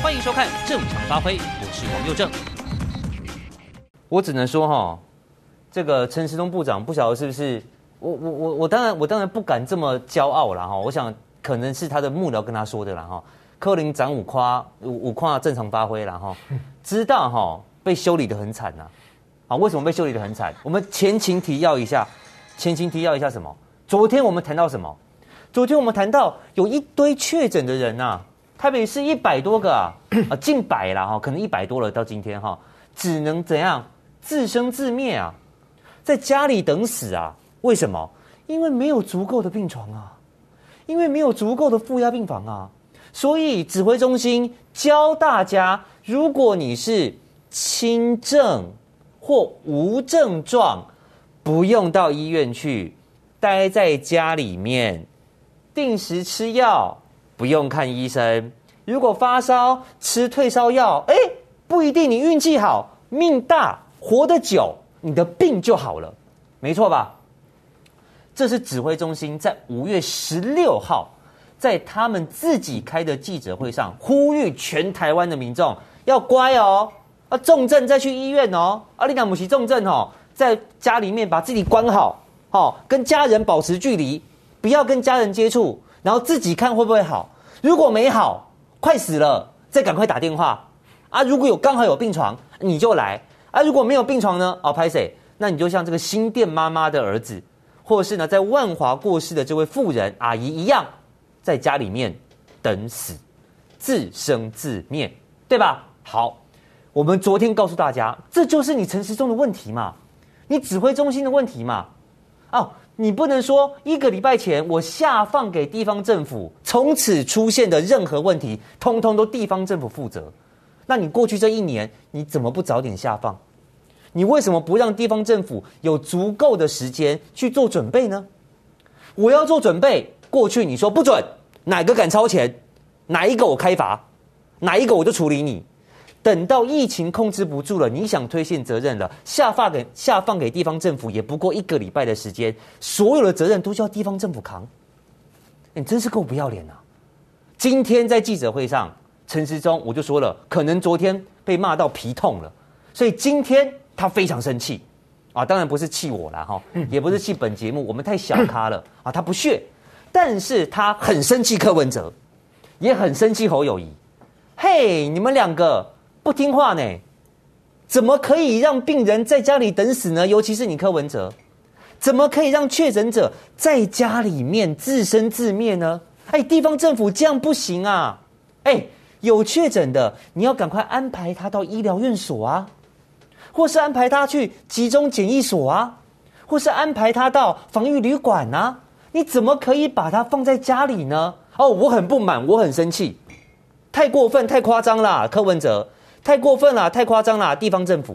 欢迎收看《正常发挥》，我是王佑正。我只能说哈，这个陈时中部长不晓得是不是我当然不敢这么骄傲啦哈。我想可能是他的幕僚跟他说的啦哈。柯林长五夸正常发挥啦哈，知道哈被修理得很惨呐。啊，为什么被修理得很惨？我们前情提要一下什么？昨天我们谈到什么？昨天我们谈到有一堆确诊的人啊，台北市100多个啊，近百啦哈，可能100多了到今天哈，只能怎样自生自灭啊，在家里等死啊？为什么？因为没有足够的病床啊，因为没有足够的负压病房啊，所以指挥中心教大家，如果你是轻症或无症状，不用到医院去，待在家里面，定时吃药，不用看医生。如果发烧，吃退烧药，不一定你运气好，命大，活得久，你的病就好了，没错吧？这是指挥中心在5月16号，在他们自己开的记者会上，呼吁全台湾的民众要乖哦，重症再去医院哦，你若不是重症哦，在家里面把自己关好，跟家人保持距离，不要跟家人接触，然后自己看会不会好。如果没好，快死了，再赶快打电话啊！如果刚好有病床，你就来啊！如果没有病床呢？拍谁？那你就像这个新店妈妈的儿子，或是呢在万华过世的这位妇人阿姨一样，在家里面等死，自生自灭，对吧？好，我们昨天告诉大家，这就是你陈时中的问题嘛，你指挥中心的问题嘛。你不能说1个礼拜前我下放给地方政府，从此出现的任何问题，通通都地方政府负责。那你过去这1年，你怎么不早点下放？你为什么不让地方政府有足够的时间去做准备呢？我要做准备，过去你说不准，哪个敢超前，哪一个我开罚，哪一个我就处理你。等到疫情控制不住了，你想推卸责任了，下放给地方政府，也不过1个礼拜的时间，所有的责任都叫地方政府扛。你真是够不要脸啊！今天在记者会上，陈时中我就说了，可能昨天被骂到皮痛了，所以今天他非常生气啊，当然不是气我啦哈，也不是气本节目，我们太小咖了啊，他不屑，但是他很生气柯文哲，也很生气侯友宜。嘿，你们2个不听话呢，怎么可以让病人在家里等死呢？尤其是你柯文哲，怎么可以让确诊者在家里面自生自灭呢？地方政府这样不行啊！有确诊的，你要赶快安排他到医疗院所啊，或是安排他去集中检疫所啊，或是安排他到防疫旅馆啊。你怎么可以把他放在家里呢？我很不满，我很生气，太过分，太夸张啦，柯文哲。太过分了，太夸张了！地方政府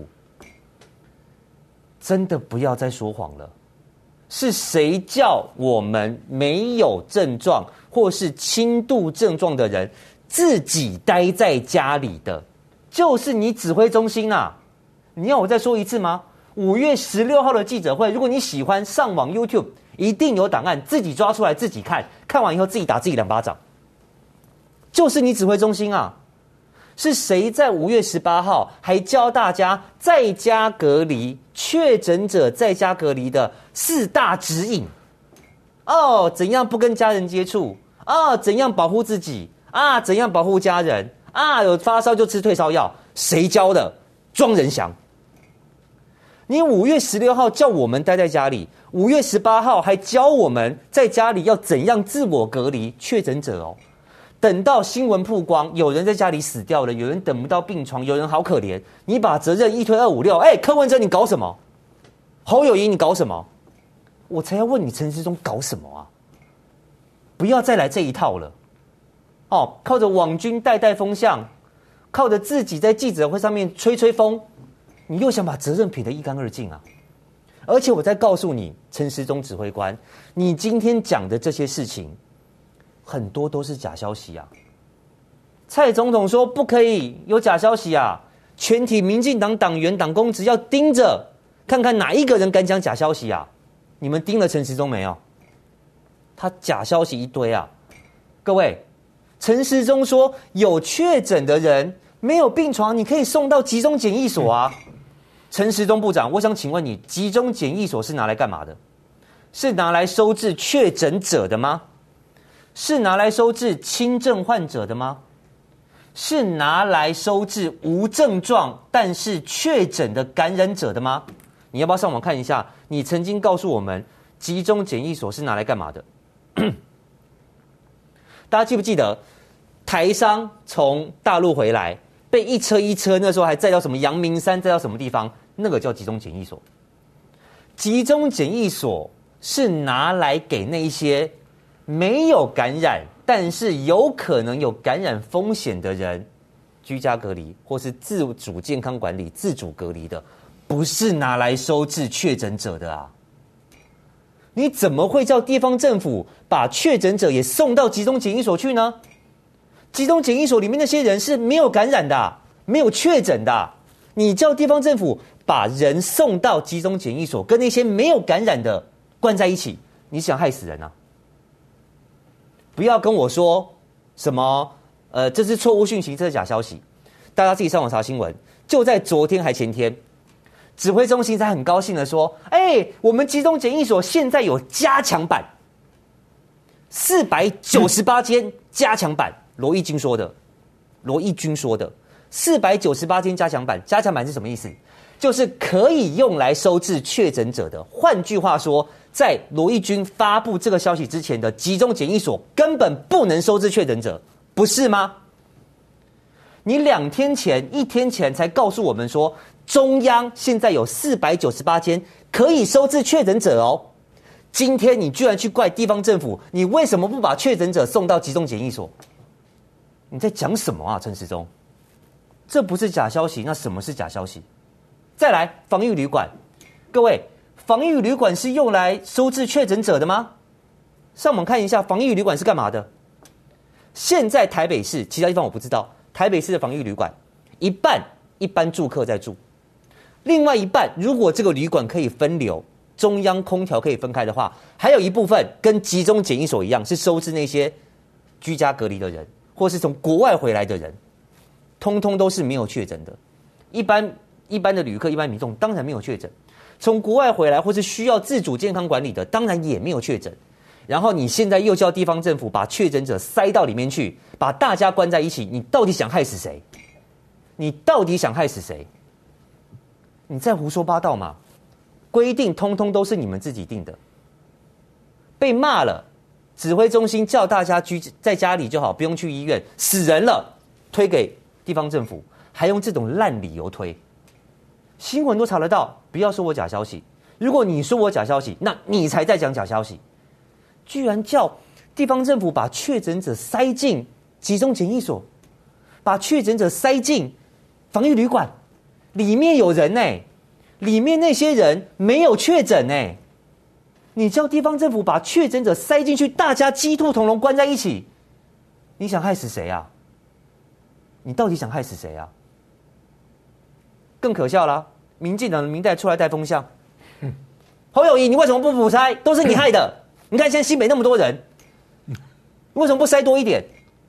真的不要再说谎了。是谁叫我们没有症状或是轻度症状的人自己待在家里的？就是你指挥中心啊！你要我再说一次吗？5月16号的记者会，如果你喜欢上网 YouTube， 一定有档案，自己抓出来自己看，看完以后自己打自己2巴掌。就是你指挥中心啊！是谁在5月18号还教大家在家隔离，确诊者在家隔离的4大指引？怎样不跟家人接触？怎样保护自己？怎样保护家人？有发烧就吃退烧药，谁教的？庄人祥。你5月16号叫我们待在家里，5月18号还教我们在家里要怎样自我隔离确诊者哦。等到新闻曝光，有人在家里死掉了，有人等不到病床，有人好可怜，你把责任一推2、5、6，柯文哲你搞什么？侯友宜你搞什么？我才要问你陈时中搞什么啊？不要再来这一套了。靠着网军带风向，靠着自己在记者会上面吹风，你又想把责任撇得一干二净啊？而且我再告诉你，陈时中指挥官，你今天讲的这些事情，很多都是假消息啊！蔡总统说不可以有假消息啊，全体民进党党员党公职要盯着，看看哪一个人敢讲假消息啊！你们盯了陈时中没有？他假消息一堆啊！各位， 陈时中说有确诊的人没有病床，你可以送到集中检疫所啊。陈时中部长，我想请问你，集中检疫所是拿来干嘛的？是拿来收治确诊者的吗？是拿来收治轻症患者的吗？是拿来收治无症状但是确诊的感染者的吗？你要不要上网看一下？你曾经告诉我们，集中检疫所是拿来干嘛的？大家记不记得，台商从大陆回来，被一车一车，那时候还载到什么阳明山，载到什么地方？那个叫集中检疫所。集中检疫所是拿来给那一些没有感染，但是有可能有感染风险的人居家隔离，或是自主健康管理、自主隔离的，不是拿来收治确诊者的啊！你怎么会叫地方政府把确诊者也送到集中检疫所去呢？集中检疫所里面那些人是没有感染的，没有确诊的，你叫地方政府把人送到集中检疫所，跟那些没有感染的关在一起，你想害死人啊！不要跟我说什么这是错误讯息，这是假消息。大家自己上网查新闻，就在昨天还前天，指挥中心才很高兴的说：“我们集中检疫所现在有加强版，498间加强版。”罗义军说的498间加强版，加强版是什么意思？就是可以用来收治确诊者的。换句话说，在罗义军发布这个消息之前的集中检疫所根本不能收治确诊者，不是吗？你1天前才告诉我们说，中央现在有498间可以收治确诊者哦。今天你居然去怪地方政府，你为什么不把确诊者送到集中检疫所？你在讲什么啊，陈时中？这不是假消息，那什么是假消息？再来，防疫旅馆，各位，防疫旅馆是用来收治确诊者的吗？上网看一下，防疫旅馆是干嘛的？现在台北市，其他地方我不知道，台北市的防疫旅馆，一半一般住客在住，另外一半，如果这个旅馆可以分流，中央空调可以分开的话，还有一部分跟集中检疫所一样，是收治那些居家隔离的人，或是从国外回来的人，通通都是没有确诊的。一般的旅客、一般民众当然没有确诊，从国外回来或是需要自主健康管理的，当然也没有确诊。然后你现在又叫地方政府把确诊者塞到里面去，把大家关在一起，你到底想害死谁？你到底想害死谁？你在胡说八道嘛？规定通通都是你们自己定的，被骂了，指挥中心叫大家居在家里就好，不用去医院，死人了，推给地方政府，还用这种烂理由推，新闻都查得到，不要说我假消息。如果你说我假消息，那你才在讲假消息。居然叫地方政府把确诊者塞进集中检疫所，把确诊者塞进防疫旅馆，里面有人呢，里面那些人没有确诊呢。你叫地方政府把确诊者塞进去，大家鸡兔同笼关在一起，你想害死谁啊？你到底想害死谁啊？更可笑啦，民进党的民代出来带风向，侯友宜，你为什么不补筛？都是你害的。你看现在新北那么多人，为什么不筛多一点？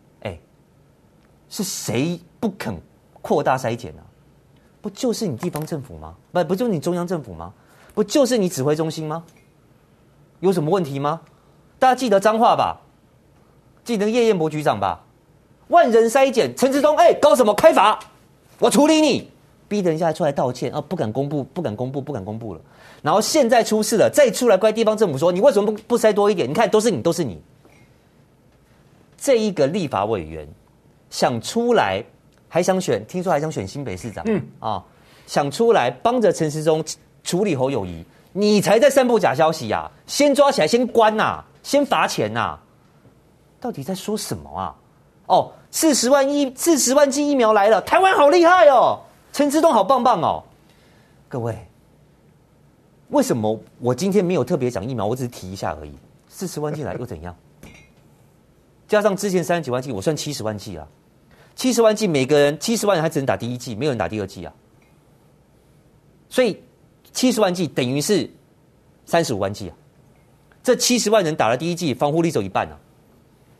是谁不肯扩大筛检啊？不就是你地方政府吗？不就是你中央政府吗？不就是你指挥中心吗？有什么问题吗？大家记得彰化吧？记得叶彦博局长吧？万人筛检，陈时中，搞什么开罚？我处理你，逼得人家出来道歉啊！不敢公布了。然后现在出事了，再出来怪地方政府说你为什么不筛多一点？你看都是你。这一个立法委员想出来，还想选，听说还想选新北市长，想出来帮着陈时中处理侯友宜，你才在散布假消息啊！先抓起来，先关呐，先罚钱呐！到底在说什么啊？40万剂疫苗来了，台湾好厉害哦，陈时中好棒棒哦，各位。为什么我今天没有特别讲疫苗？我只是提一下而已。40万剂来又怎样？加上之前39万剂，我算70万剂啊。70万剂，每个人70万人还只能打第一剂，没有人打第二剂啊。所以70万剂等于是35万剂啊。这70万人打了第一剂，防护力只有一半啊。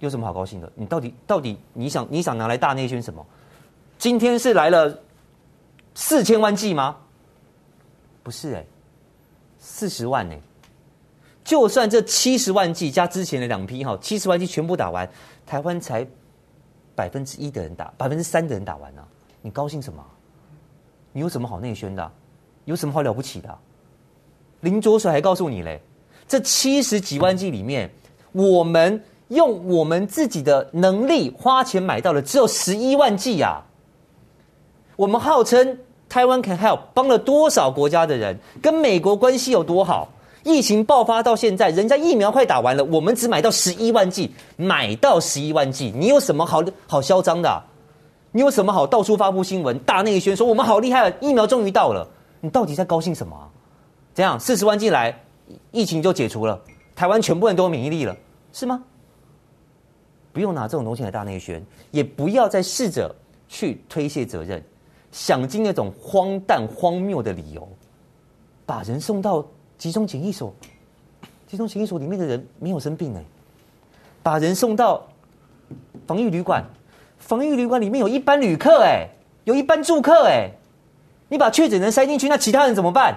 有什么好高兴的？你到底你想拿来大内宣什么？今天是来了4000万剂吗？不是40万就算这70万剂加之前的2批70万剂全部打完，台湾才1%的人打，3%的人打完啊！你高兴什么？你有什么好内宣的？有什么好了不起的？林濁水还告诉你嘞，这70几万剂里面，我们用我们自己的能力花钱买到的只有11万剂啊！我们号称台湾 can help， 帮了多少国家的人，跟美国关系有多好？疫情爆发到现在，人家疫苗快打完了，我们只买到11万剂，买到11万剂，你有什么好嚣张的你有什么好到处发布新闻、大内宣说我们好厉害了，疫苗终于到了？你到底在高兴什么怎样？40万剂来，疫情就解除了，台湾全部人都有免疫力了，是吗？不用拿这种东西来大内宣，也不要再试着去推卸责任，想尽那种荒诞荒谬的理由，把人送到集中检疫所，集中检疫所里面的人没有生病把人送到防疫旅馆，防疫旅馆里面有一般旅客有一般住客你把确诊人塞进去，那其他人怎么办？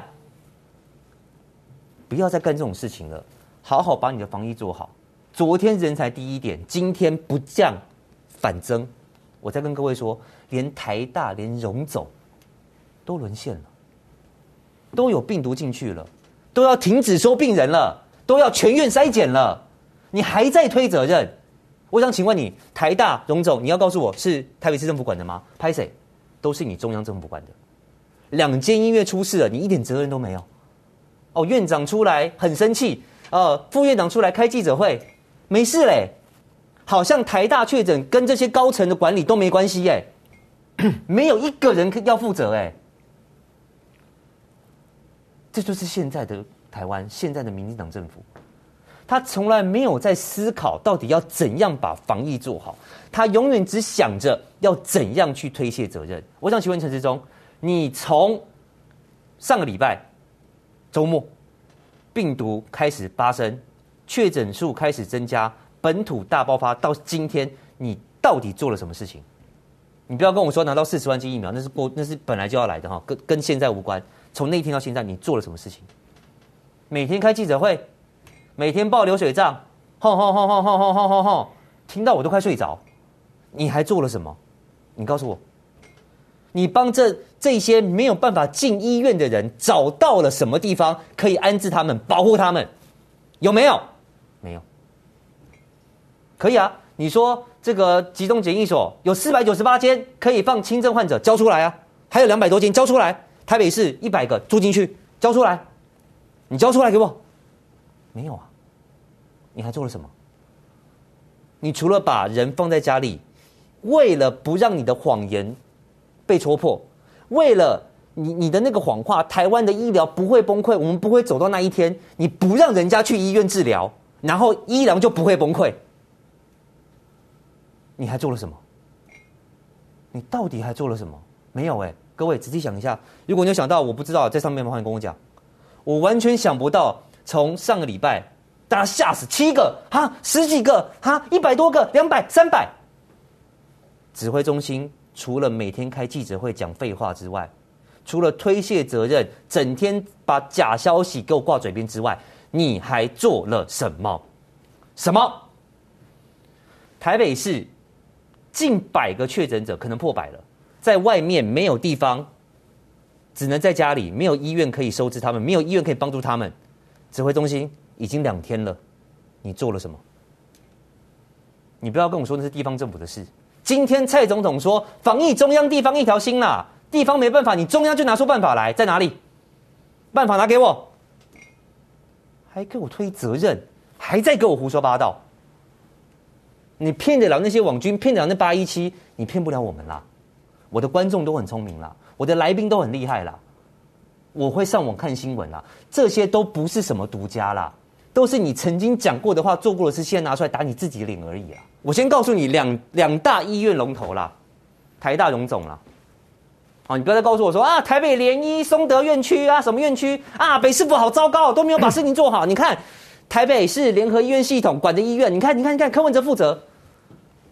不要再干这种事情了，好好把你的防疫做好。昨天人才第一点，今天不降反增。我再跟各位说，连台大连荣总都沦陷了，都有病毒进去了，都要停止收病人了，都要全院筛检了，你还在推责任？我想请问你，台大荣总，你要告诉我是台北市政府管的吗？拍谁？都是你中央政府管的。2间医院出事了，你一点责任都没有。院长出来很生气，副院长出来开记者会，没事嘞，好像台大确诊跟这些高层的管理都没关系没有一个人要负责这就是现在的台湾，现在的民进党政府，他从来没有在思考到底要怎样把防疫做好，他永远只想着要怎样去推卸责任。我想请问陈时中，你从上个礼拜周末病毒开始发生，确诊数开始增加，本土大爆发到今天，你到底做了什么事情？你不要跟我说拿到40万剂疫苗，那是本来就要来的跟现在无关。从那一天到现在，你做了什么事情？每天开记者会，每天报流水账，听到我都快睡着。你还做了什么？你告诉我，你帮这些没有办法进医院的人找到了什么地方可以安置他们、保护他们？有没有？没有。可以啊，你说这个集中检疫所有498间可以放轻症患者，交出来啊，还有200多间交出来。台北市100个住进去，交出来，你交出来给我。没有啊，你还做了什么？你除了把人放在家里，为了不让你的谎言被戳破，为了你的那个谎话，台湾的医疗不会崩溃，我们不会走到那一天，你不让人家去医院治疗，然后医疗就不会崩溃。你还做了什么？你到底还做了什么？没有各位仔细想一下，如果你有想到我不知道，在上面麻烦你跟我讲。我完全想不到，从上个礼拜大家吓死7个10几个100多个200、300，指挥中心除了每天开记者会讲废话之外，除了推卸责任，整天把假消息给我挂嘴边之外，你还做了什么？什么？台北市近100个确诊者，可能破100了。在外面没有地方，只能在家里，没有医院可以收治他们，没有医院可以帮助他们。指挥中心已经2天了，你做了什么？你不要跟我说那是地方政府的事。今天蔡总统说防疫中央地方一条心啦，地方没办法，你中央就拿出办法来，在哪里？办法拿给我，还给我推责任，还在给我胡说八道。你骗得了那些网军，骗得了那817，你骗不了我们啦。我的观众都很聪明啦，我的来宾都很厉害啦，我会上网看新闻啦，这些都不是什么独家啦，都是你曾经讲过的话、做过的事，现在拿出来打你自己的脸而已啦。我先告诉你两大医院龙头啦，台大荣总啦，你不要再告诉我说台北联医、松德院区什么院区北市府好糟糕，都没有把事情做好。你看台北市联合医院系统管的医院，你看柯文哲负责，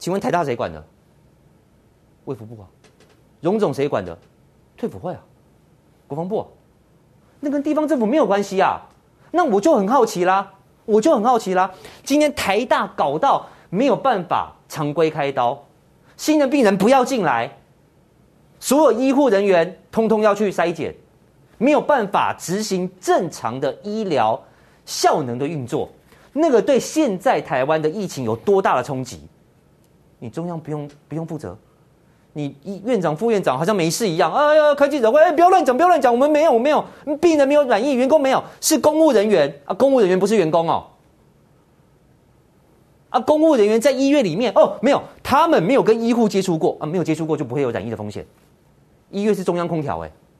请问台大谁管的？卫福部啊。荣总谁管的？退辅会啊，国防部啊。那跟地方政府没有关系啊。那我就很好奇啦，今天台大搞到没有办法常规开刀，新的病人不要进来，所有医护人员通通要去筛检，没有办法执行正常的医疗效能的运作，那个对现在台湾的疫情有多大的冲击？你中央不用负责，你院长、副院长好像没事一样。哎呀，开记者会，不要乱讲，我们没有，病人没有染疫，员工没有，是公务人员啊，公务人员不是员工哦。啊，公务人员在医院里面哦，没有，他们没有跟医护接触过啊，没有接触过就不会有染疫的风险。医院是中央空调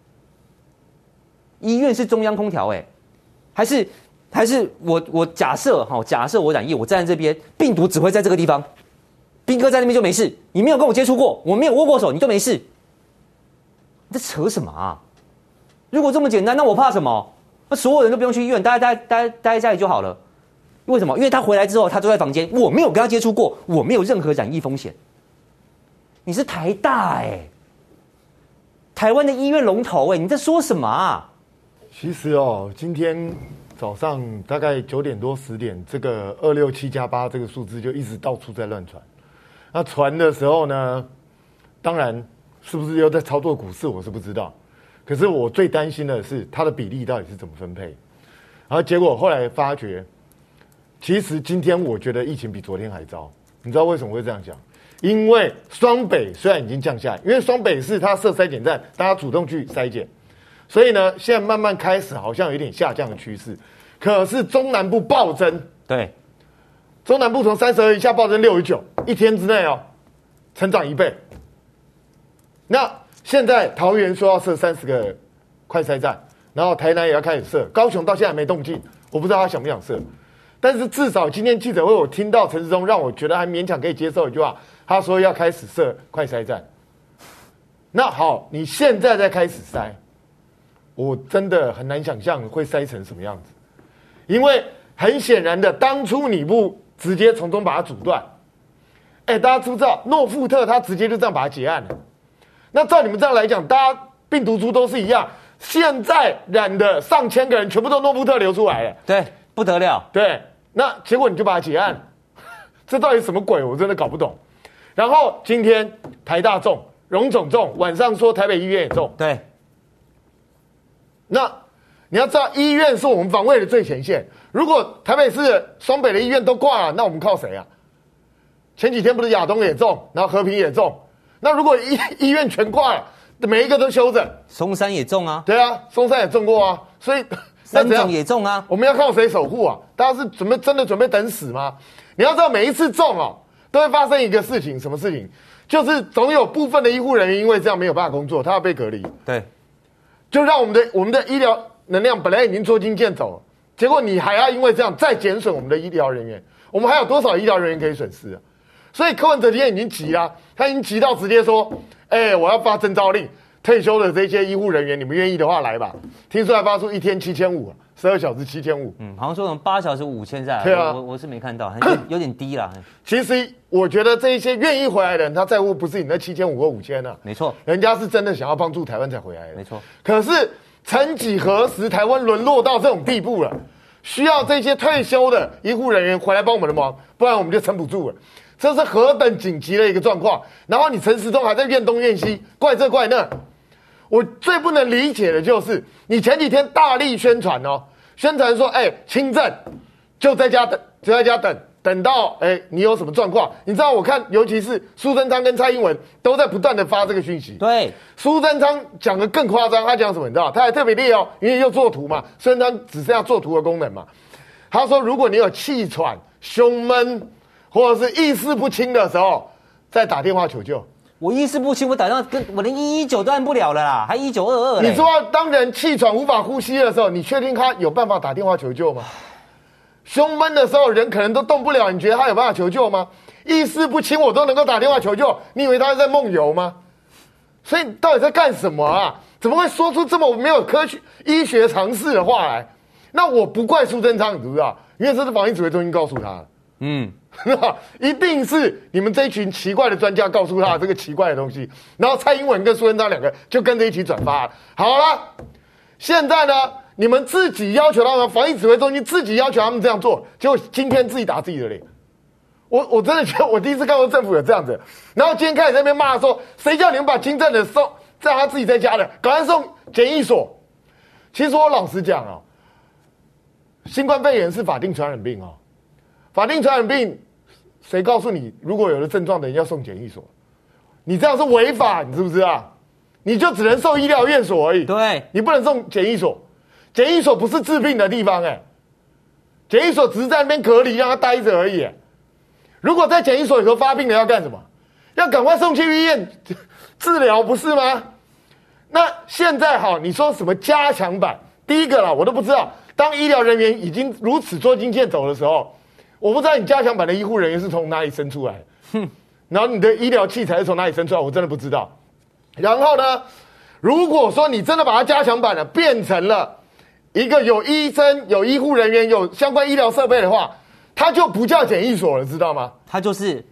医院是中央空调还是我假设我染疫，我站在这边，病毒只会在这个地方。兵哥在那边就没事，你没有跟我接触过，我没有握过手，你就没事。你在扯什么啊？如果这么简单，那我怕什么？那所有人都不用去医院，待在家里就好了。为什么？因为他回来之后，他坐在房间，我没有跟他接触过，我没有任何染疫风险。你是台大台湾的医院龙头你在说什么啊？ 其实今天早上大概9点多10点，这个267+8这个数字就一直到处在乱传。那传的时候呢，当然是不是又在操作股市，我是不知道。可是我最担心的是它的比例到底是怎么分配。然后结果后来发觉，其实今天我觉得疫情比昨天还糟。你知道为什么会这样讲？因为双北虽然已经降下来，因为双北是它设筛检站，大家主动去筛检，所以呢，现在慢慢开始好像有点下降的趋势。可是中南部暴增， 对。 中南部从32以下暴增69，一天之内成长1倍。那现在桃园说要设30个快筛站，然后台南也要开始设，高雄到现在没动静，我不知道他想不想设。但是至少今天记者会我听到陈时中让我觉得还勉强可以接受一句话，他说要开始设快筛站。那好，你现在再开始筛，我真的很难想象会筛成什么样子，因为很显然的，当初你不直接从中把它阻断，大家知不知道诺富特他直接就这样把它结案了？那照你们这样来讲，大家病毒株都是一样，现在染的上千个人全部都诺富特流出来了， 对，不得了， 对，那结果你就把它结案，这到底什么鬼？我真的搞不懂。然后今天台大中，荣总中，晚上说台北医院也中， 对， 那你要知道，医院是我们防卫的最前线。如果台北市双北的医院都挂了，那我们靠谁啊？前几天不是亚东也中，然后和平也中，那如果医院全挂了，每一个都休整， 松山也中啊， 对啊，松山也中过啊，所以三种也中啊， 我们要靠谁守护啊？大家是真的准备等死吗？你要知道，每一次中都会发生一个事情，什么事情？就是总有部分的医护人员因为这样没有办法工作，他要被隔离， 对， 就让我们的医疗能量本来已经捉襟见肘了，结果你还要因为这样再减损我们的医疗人员，我们还有多少医疗人员可以损失啊？所以柯文哲今天已经急了，他已经急到直接说：“我要发征召令，退休的这些医护人员，你们愿意的话来吧。”听说还发出1天7500，12小时7500。 好像说什么8小时5000在。 对啊， 我是没看到，有点低啦。 其实我觉得这一些愿意回来的人，他在乎不是你那7500或5000啊， 没错， 人家是真的想要帮助台湾才回来的， 没错。 可是曾几何时，台湾沦落到这种地步了，需要这些退休的医护人员回来帮我们的忙，不然我们就撑不住了。这是何等紧急的一个状况！然后你陈时中还在怨东怨西，怪这怪那。我最不能理解的就是，你前几天大力宣传宣传说，轻症就在家等，等到你有什么状况？你知道，我看尤其是苏贞昌跟蔡英文都在不断的发这个讯息。 对， 苏贞昌讲的更夸张，他讲什么？你知道，他还特别列因为又做图嘛，苏贞昌只剩下做图的功能嘛。他说，如果你有气喘、胸闷，或者是意识不清的时候，再打电话求救。 我意识不清，我打电话我连119都按不了了啦，还1922。 你说当人气喘无法呼吸的时候，你确定他有办法打电话求救吗？胸闷的时候，人可能都动不了，你觉得他有办法求救吗？意识不清，我都能够打电话求救，你以为他是在梦游吗？所以到底在干什么啊？怎么会说出这么没有科学医学常识的话来？那我不怪苏贞昌，你知不知道？因为这是防疫指挥中心告诉他的。 一定是你们这一群奇怪的专家告诉他这个奇怪的东西，然后蔡英文跟苏贞昌两个就跟着一起转发。好了，现在呢，你们自己要求他们防疫指挥中心自己要求他们这样做，结果今天自己打自己的脸。我真的觉得我第一次看过政府有这样子，然后今天开始在那边骂说，谁叫你们把轻症的送让他自己在家的，赶快送检疫所。其实我老实讲哦，新冠肺炎是法定传染病哦，法定传染病，谁告诉你如果有了症状的人要送检疫所？你这样是违法，你知不知道？你就只能送医疗院所而已， 对， 你不能送检疫所。检疫所不是治病的地方，检疫所只是在那边隔离让他待着而已。如果在检疫所里头发病的要干什么？要赶快送去医院治疗，不是吗？那现在好，你说什么加强版？第一个啦，我都不知道。当医疗人员已经如此捉襟见肘的时候，我不知道你加强版的医护人员是从哪里生出来，然后你的医疗器材是从哪里生出来，我真的不知道。然后呢，如果说你真的把它加强版了，变成了一个有医生、有医护人员、有相关医疗设备的话，它就不叫检疫所了，知道吗？ 它就是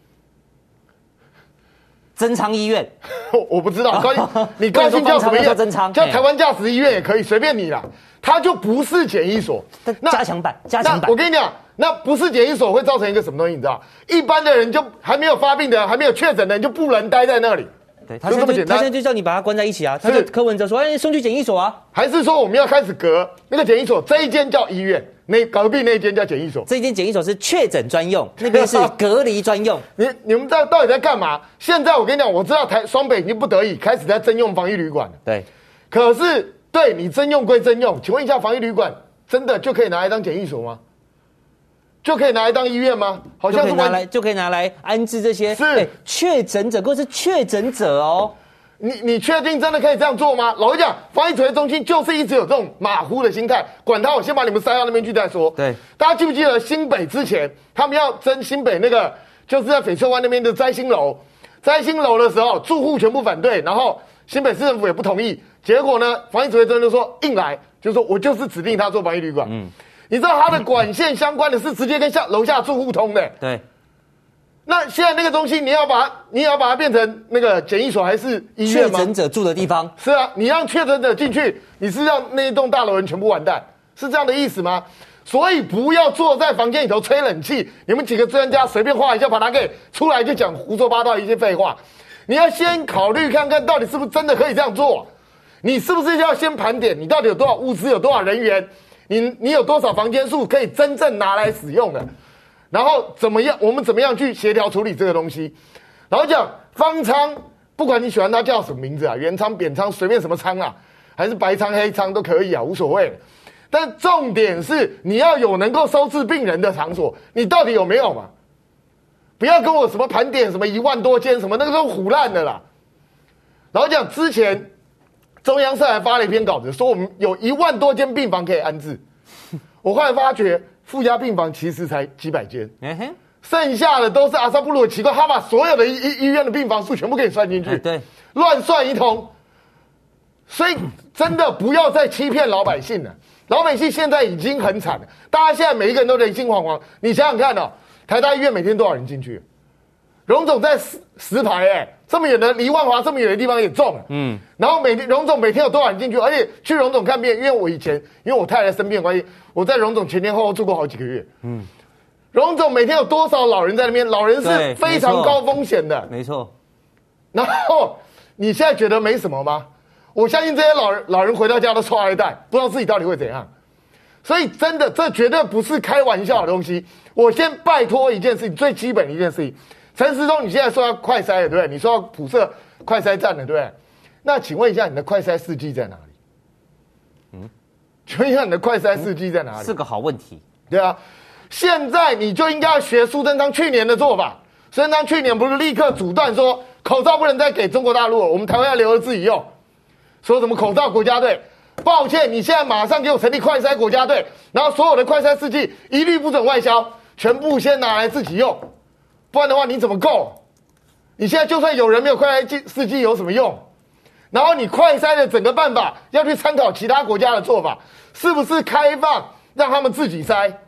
增昌医院。 我不知道，你高兴叫什么医院？叫台湾驾驶医院也可以，随便你啦。它就不是检疫所。 加强版，加强版。 我跟你讲，那不是检疫所会造成一个什么东西？你知道？一般的人就还没有发病的，还没有确诊的人就不能待在那里。 对，他现在就叫你把它关在一起啊。他就柯文哲说：“哎，送去检疫所啊。” 还是说我们要开始隔那个检疫所？这一间叫医院，那隔壁那一间叫检疫所。 这一间检疫所是确诊专用，那边是隔离专用。 你们到底在干嘛？现在我跟你讲，我知道双北已经不得已开始在征用防疫旅馆了。 对， 可是对你征用归征用，请问一下，防疫旅馆真的就可以拿来当检疫所吗？就可以拿来当医院吗？好像是就可以拿来安置这些确诊者，或是确诊者哦。 你确定真的可以这样做吗？老实讲，防疫指挥中心就是一直有这种马虎的心态，管他，我先把你们塞到那边去再说。 对， 大家记不记得新北之前他们要征新北那个，就是在翡翠湾那边的摘星楼，摘星楼的时候，住户全部反对，然后新北市政府也不同意，结果呢，防疫指挥中心就说硬来，就说我就是指定他做防疫旅馆。你知道他的管线相关的是直接跟楼下住户通的。 对。 那现在那个东西，你要把它变成那个检疫所还是医院吗？ 确诊者住的地方。 是啊，你让确诊者进去，你是让那一栋大楼人全部完蛋，是这样的意思吗？所以不要坐在房间里头吹冷气，你们几个专家随便画一下，把它给出来就讲胡说八道一些废话。你要先考虑看看，到底是不是真的可以这样做？你是不是要先盘点，你到底有多少物资，有多少人员？你有多少房间数可以真正拿来使用的？然后我们怎么样去协调处理这个东西？然后讲方舱，不管你喜欢它叫什么名字啊，原舱、扁舱，随便什么舱啊，还是白舱、黑舱都可以啊，无所谓。但重点是你要有能够收治病人的场所，你到底有没有嘛？不要跟我什么盘点什么1万多间什么，那个都唬烂的啦。然后讲之前中央社还发了一篇稿子，说我们有1万多间病房可以安置。我后来发觉负压病房其实才几百间，剩下的都是阿萨布鲁。奇怪，他把所有的医院的病房数全部给你算进去， 对， 乱算一通。所以真的不要再欺骗老百姓了。老百姓现在已经很惨了，大家现在每一个人都人心惶惶。你想想看哦，台大医院每天多少人进去？荣总在石牌这么远的离万华这么远的地方也中了，然后荣总每天有多少人进去？而且去荣总看病，因为我太太生病的关系，我在荣总前前后后住过好几个月，荣总每天有多少老人在那边？老人是非常高风险的， 没错。 然后你现在觉得没什么吗？我相信这些老人回到家都臭二代，不知道自己到底会怎样。所以真的，这绝对不是开玩笑的东西。我先拜托一件事情，最基本的一件事情。陈时中，你现在说要快筛了，对不对？你说要普设快筛站了，对不对？那请问一下，你的快筛试剂在哪里？请问一下，你的快筛试剂在哪里？ 是个好问题。 对啊，现在你就应该要学苏贞昌去年的做法。苏贞昌去年不是立刻阻断说口罩不能再给中国大陆了，我们台湾要留着自己用，说什么口罩国家队？抱歉，你现在马上给我成立快筛国家队，然后所有的快筛试剂一律不准外销，全部先拿来自己用。不然的话，你怎么够？你现在就算有人没有快筛试剂有什么用？然后你快筛的整个办法要去参考其他国家的做法，是不是开放让他们自己筛？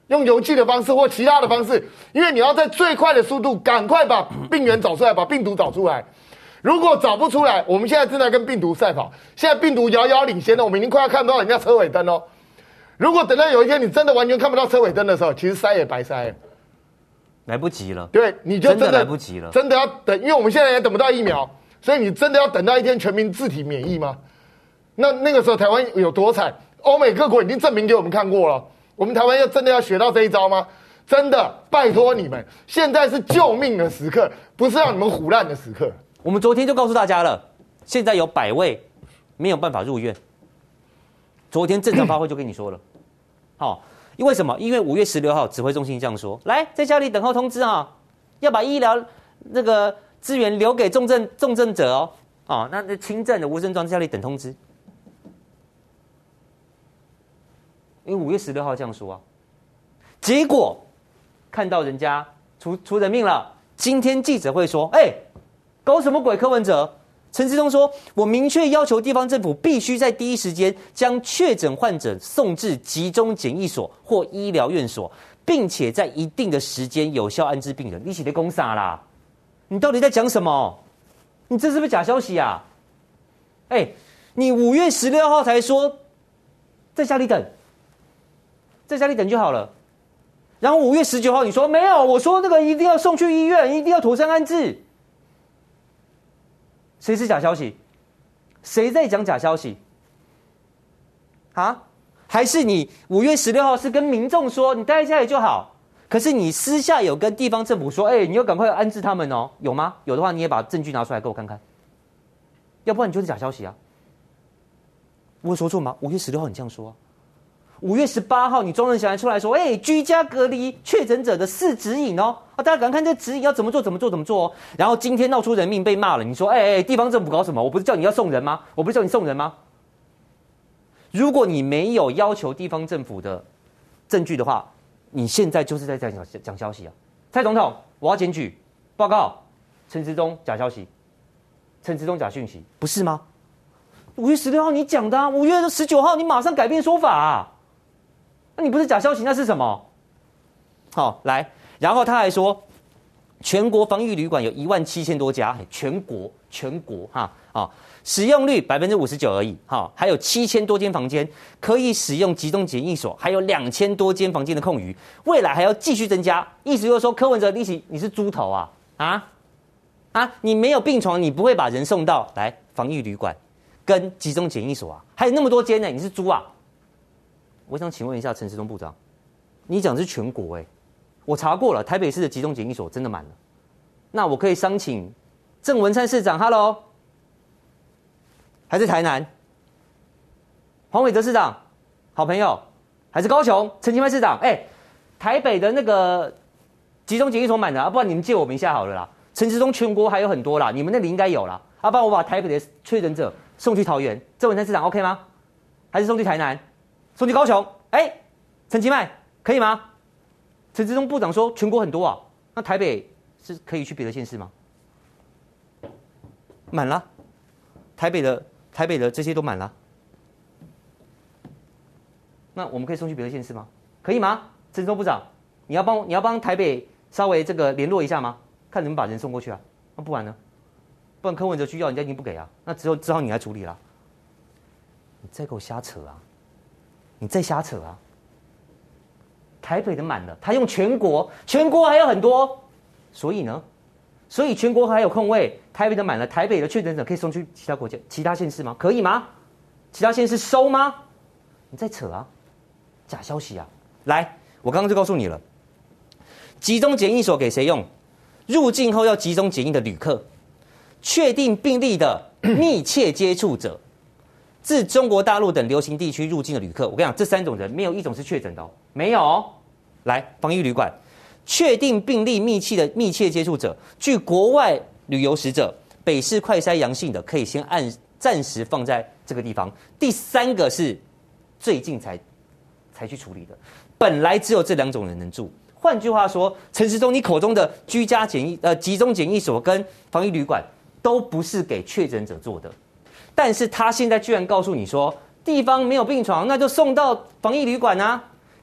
用邮寄的方式或其他的方式，因为你要在最快的速度赶快把病源找出来，把病毒找出来。如果找不出来，我们现在正在跟病毒赛跑，现在病毒遥遥领先了，我们已经快要看不到人家车尾灯哦。如果等到有一天你真的完全看不到车尾灯的时候，其实塞也白塞了，来不及了。 对，你就真的来不及了， 真的要等，因为我们现在也等不到疫苗，所以你真的要等到一天全民自体免疫吗？那个时候台湾有多惨？欧美各国已经证明给我们看过了。我们台湾真的要学到这一招吗？真的，拜托你们，现在是救命的时刻，不是让你们唬烂的时刻。 我们昨天就告诉大家了，现在有100位没有办法入院。昨天正常发挥就跟你说了，好，因为什么？因为5月16号指挥中心这样说，来在家里等候通知啊，要把医疗那个资源留给重症者哦，哦，那轻症的无症状在家里等通知。因为5月16号这样说啊，结果看到人家出人命了。今天记者会说，搞什么鬼？柯文哲、陈时中说，我明确要求地方政府必须在第一时间将确诊患者送至集中检疫所或医疗院所，并且在一定的时间有效安置病人。你是在讲啥啦？你到底在讲什么？你这是不是假消息啊？你5月16号才说在家里等。在家里等就好了，然后5月19号你说没有，我说那个一定要送去医院，一定要妥善安置。谁是假消息？谁在讲假消息？啊？还是你5月16号是跟民众说你待在家里就好，可是你私下有跟地方政府说，你要赶快安置他们哦，有吗？有的话你也把证据拿出来给我看看，要不然你就是假消息啊。我有说错吗？5月16号你这样说啊。5月18号，你庄人祥还出来说，居家隔离确诊者的4指引哦，大家赶快看这指引要怎么做哦。然后今天闹出人命被骂了，你说，地方政府搞什么？我不是叫你要送人吗？我不是叫你送人吗？如果你没有要求地方政府的证据的话，你现在就是在讲消息啊。蔡总统，我要检举报告，陈时中假消息，陈时中假讯息，不是吗？5月16号你讲的啊，5月19号你马上改变说法啊。那你不是假消息，那是什么？好，来，然后他还说，全国防疫旅馆有17000多家，全国哈啊，使用率59%而已，哈，还有7000多间房间可以使用集中检疫所，还有2000多间房间的空余，未来还要继续增加。意思就是说，柯文哲你是猪头啊？你没有病床，你不会把人送到来防疫旅馆跟集中检疫所啊？还有那么多间呢，你是猪啊？我想请问一下陈时中部长，你讲的是全国我查过了，台北市的集中检疫所真的满了。那我可以商请郑文灿市长 ，Hello， 还是台南？黄伟哲市长，好朋友，还是高雄陈其迈市长？台北的那个集中检疫所满了，不然你们借我们一下好了啦。陈时中全国还有很多啦，你们那里应该有啦。不然我把台北的确诊者送去桃园，郑文灿市长 OK 吗？还是送去台南？送去高雄，陈其迈可以吗？陈时中部长说全国很多啊，那台北是可以去别的县市吗？满了，台北的这些都满了，那我们可以送去别的县市吗？可以吗？陈时中部长，你要帮台北稍微这个联络一下吗？看能不能把人送过去啊？那不然呢？不然柯文哲需要，人家已经不给啊，那只好你来处理了。你再给我瞎扯啊！你再瞎扯啊！台北的满了，他用全国还有很多，所以全国还有空位，台北的满了，台北的确诊者可以送去其他国家、其他县市吗？可以吗？其他县市收吗？你再扯啊！假消息啊！来，我刚刚就告诉你了，集中检疫所给谁用？入境后要集中检疫的旅客，确定病例的密切接触者。自中国大陆等流行地区入境的旅客，我跟你讲，这3种人没有一种是确诊的没有哦。来，防疫旅馆，确定病例密切接触者，据国外旅游史者，北市快筛阳性的，可以先暂时放在这个地方。第3个是最近才去处理的，本来只有这2种人能住。换句话说，陈时中你口中的居家集中检疫所跟防疫旅馆，都不是给确诊者做的。但是他现在居然告诉你说，地方没有病床，那就送到防疫旅馆啊。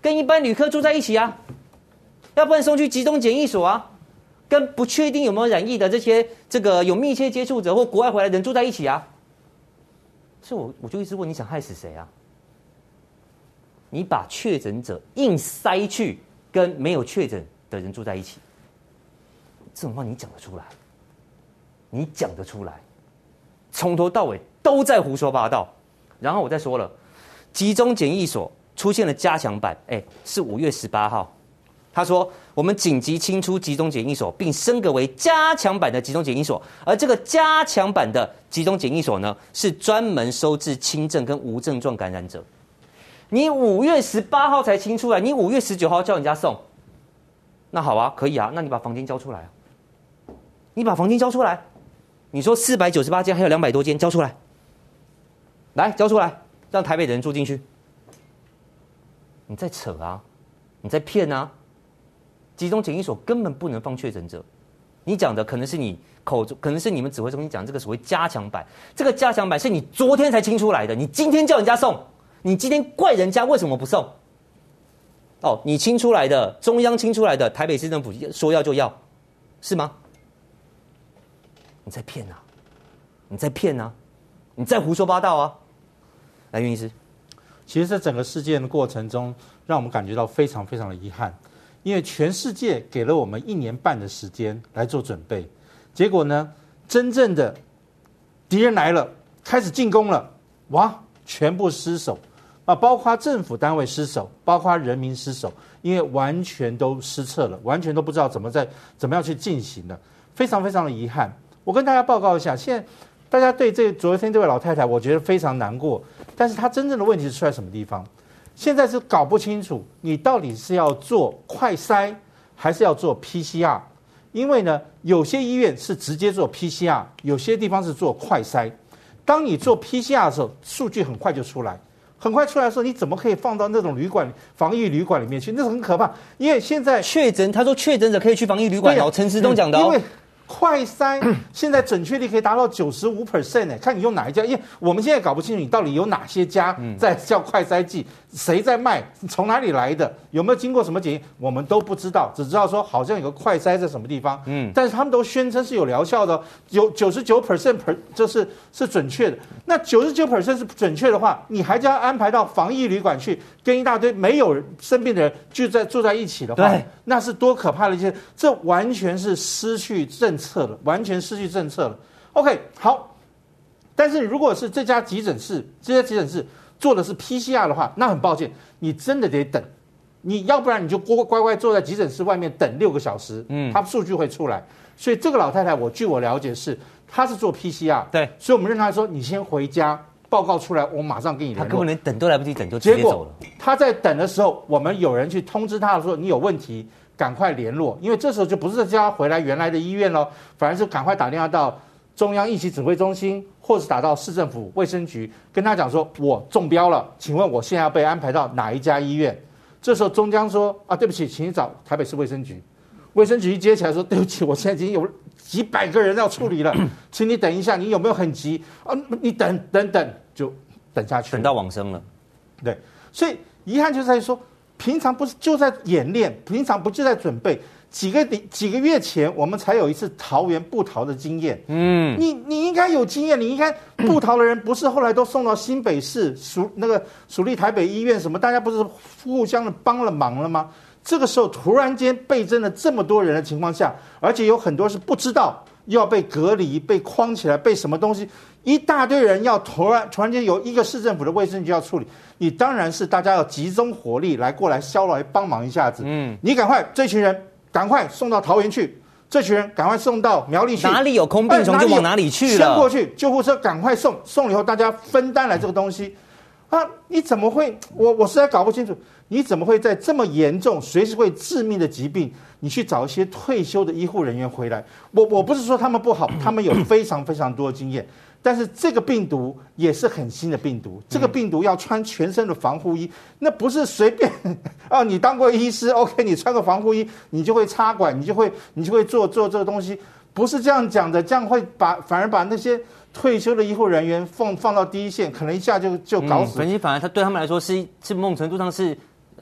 跟一般旅客住在一起啊，要不然送去集中检疫所啊，跟不确定有没有染疫的这个有密切接触者或国外回来的人住在一起啊。所以我就一直问，你想害死谁啊？你把确诊者硬塞去跟没有确诊的人住在一起，这种话你讲得出来？你讲得出来？从头到尾都在胡说八道。然后我再说了，集中检疫所出现了加强版，是5月18号，他说我们紧急清出集中检疫所，并升格为加强版的集中检疫所。而这个加强版的集中检疫所呢，是专门收治轻症跟无症状感染者。你5月18号才清出来，你5月19号叫人家送，那好啊，可以啊，那你把房间交出来啊，你把房间交出来，你说498间还有200多间交出来，来交出来，让台北的人住进去。你在扯啊，你在骗啊！集中检疫所根本不能放确诊者，你讲的可能是你口中，可能是你们指挥中心讲这个所谓加强版，这个加强版是你昨天才清出来的，你今天叫人家送。你今天怪人家为什么不送？哦，你清出来的，中央清出来的，台北市政府说要就要，是吗？你在骗啊！你在骗啊！你在胡说八道啊！来，袁医师， 其实，在整个事件的过程中，让我们感觉到非常非常的遗憾，因为全世界给了我们1年半的时间来做准备，结果呢，真正的敌人来了，开始进攻了，哇，全部失守。包括政府单位失守，包括人民失守，因为完全都失策了，完全都不知道怎么样去进行了，非常非常的遗憾。我跟大家报告一下，现在大家对昨天这位老太太，我觉得非常难过，但是她真正的问题是出在什么地方？现在是搞不清楚你到底是要做快筛还是要做 PCR， 因为呢，有些医院是直接做 PCR， 有些地方是做快筛。当你做 PCR 的时候，数据很快就出来。很快出来的时候，你怎么可以放到那种防疫旅馆里面去？那是很可怕。因为现在他说确诊者可以去防疫旅馆哦，陈时中讲的哦。 因为快筛现在准确率可以达到95%呢，看你用哪一家。因为我们现在搞不清楚你到底有哪些家在叫快筛剂，谁在卖，从哪里来的，有没有经过什么检验，我们都不知道，只知道说好像有个快筛在什么地方，但是他们都宣称是有疗效的，有99%是准确的。那99%是准确的话，你还将安排到防疫旅馆去，跟一大堆没有生病的人住在一起的话，那是多可怕的一件！这完全是失去政策了，完全失去政策了。OK， 好，但是如果是这家急诊室做的是 PCR 的话，那很抱歉，你真的得等，你要不然你就乖乖坐在急诊室外面等6个小时，它数据会出来。所以这个老太太，据我了解是，她是做 PCR， 对， 所以我们认她说，你先回家，报告出来，我马上给你联络。 她根本连等都来不及等，就直接走了。 她在等的时候，我们有人去通知她说，你有问题，赶快联络，因为这时候就不是叫她回来原来的医院了，反而是赶快打电话到中央疫情指挥中心，或是打到市政府卫生局，跟他讲说，我中标了，请问我现在要被安排到哪一家医院？这时候中央说啊，对不起，请你找台北市卫生局。卫生局一接起来说，对不起，我现在已经有几百个人要处理了，请你等一下，你有没有很急啊？你等，就等下去， 等到往生了。 对，所以遗憾就在于说，平常不是就在演练，平常不就在准备？几个月前，我们才有一次桃园布桃的经验。你应该有经验，你应该布桃的人不是后来都送到新北市属立台北医院什么？大家不是互相的帮了忙了吗？这个时候突然间倍增了这么多人的情况下，而且有很多是不知道又要被隔离、被框起来、被什么东西，一大堆人要突然间有一个市政府的卫生局要处理，你当然是大家要集中火力过来消来帮忙一下子。你赶快这群人赶快送到桃园去，这群人赶快送到苗栗去， 哪里有空病床就往哪里去了， 先过去，救护车赶快送了以后，大家分担来这个东西。你怎么会？我实在搞不清楚，你怎么会在这么严重、随时会致命的疾病，你去找一些退休的医护人员回来？我不是说他们不好，他们有非常非常多的经验，但是这个病毒也是很新的病毒，这个病毒要穿全身的防护衣，那不是随便你当过医师 ，OK， 你穿个防护衣，你就会插管，你就会做这个东西，不是这样讲的，这样会反而把那些退休的医护人员放到第一线，可能一下就搞死。 反而他对他们来说是某种程度上是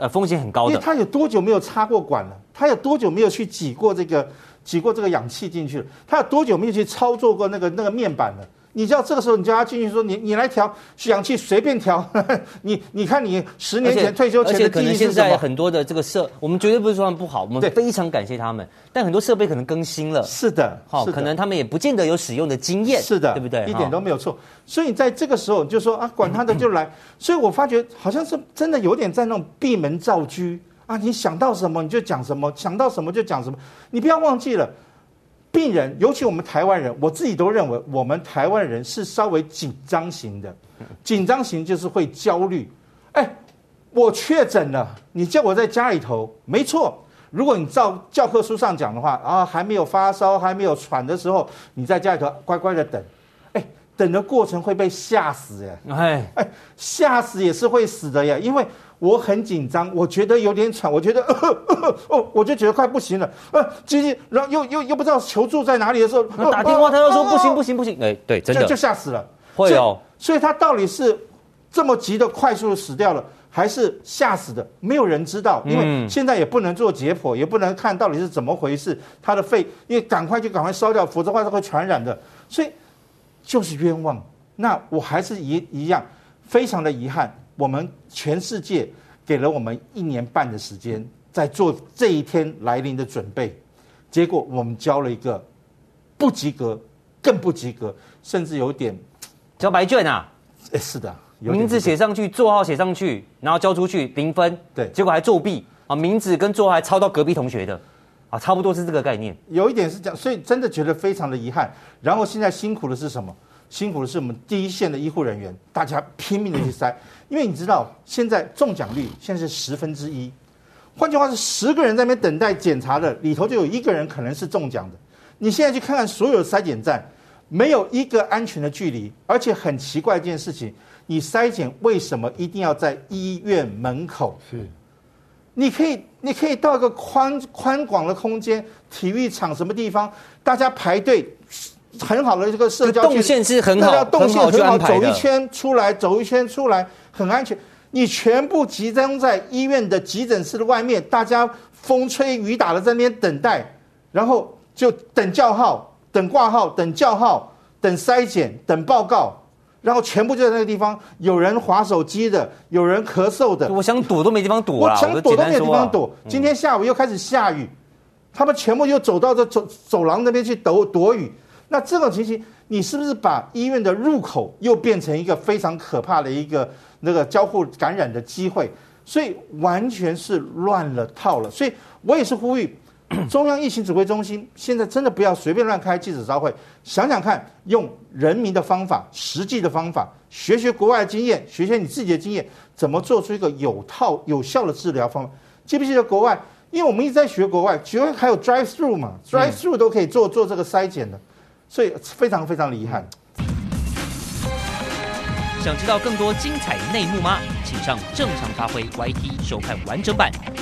风险很高的。 因为他有多久没有插过管了？他有多久没有去挤过这个氧气进去了？他有多久没有去操作过那个面板了？你知道这个时候你叫他进去说你来调氧气随便调，你看你10年前退休前的记忆是什么？ 而且可能现在很多的这个我们绝对不是说他们不好，我们非常感谢他们，但很多设备可能更新了。 是的， 可能他们也不见得有使用的经验。 是的， 对不对？ 一点都没有错。所以在这个时候你就说啊，管他的就来。所以我发觉好像是真的有点在那种闭门造车啊，你想到什么你就讲什么，想到什么就讲什么。你不要忘记了。病人，尤其我们台湾人，我自己都认为我们台湾人是稍微紧张型的，紧张型就是会焦虑。我确诊了，你叫我在家里头，没错。如果你照教科书上讲的话，啊，还没有发烧，还没有喘的时候，你在家里头乖乖的等，等的过程会被吓死耶，吓死也是会死的耶，因为我很紧张，我觉得有点喘，我觉得我就觉得快不行了，然后又不知道求助在哪里的时候， 打电话他又说不行，对，真的就吓死了， 会哦。 所以他到底是这么急的快速的死掉了，还是吓死的？没有人知道，因为现在也不能做解剖，也不能看到底是怎么回事。他的肺，因为赶快烧掉，否则的话它会传染的，所以就是冤枉。那我还是一样，非常的遗憾。我们全世界给了我们1年半的时间，在做这一天来临的准备，结果我们交了一个不及格，更不及格，甚至有点交白卷啊！ 是的， 名字写上去，座号写上去，然后交出去0分， 对， 结果还作弊啊！名字跟座号还抄到隔壁同学的啊，差不多是这个概念。 有一点是这样，所以真的觉得非常的遗憾。然后现在辛苦的是什么？辛苦的是我们第一线的医护人员，大家拼命的去筛，因为你知道现在中奖率现在是1/10，换句话是10个人在那边等待检查的，里头就有1个人可能是中奖的。你现在去看看所有的筛检站，没有一个安全的距离，而且很奇怪一件事情，你筛检为什么一定要在医院门口？ 是， 你可以到一个宽广的空间，体育场什么地方，大家排队。很好的这个社交动线是很好， 动线很好，走一圈出来，很安全。你全部集中在医院的急诊室的外面，大家风吹雨打的在那边等待，然后就等叫号、等挂号、等叫号、等筛检、等报告，然后全部就在那个地方，有人滑手机的，有人咳嗽的。 我想躲都没地方躲啦， 我想躲都没有地方躲。今天下午又开始下雨，他们全部又走到这走廊那边去躲雨。那这种情形，你是不是把医院的入口又变成一个非常可怕的一个那个交互感染的机会？所以完全是乱了套了。所以我也是呼吁中央疫情指挥中心，现在真的不要随便乱开记者招会，想想看，用人民的方法、实际的方法，学国外的经验，学你自己的经验，怎么做出一个有效的治疗方法？记不记得国外？因为我们一直在学国外还有 drive through 嘛，drive through 都可以做这个筛检的。所以非常非常的遗憾。 想知道更多精彩内幕吗？请上正常发挥 YT 收看完整版。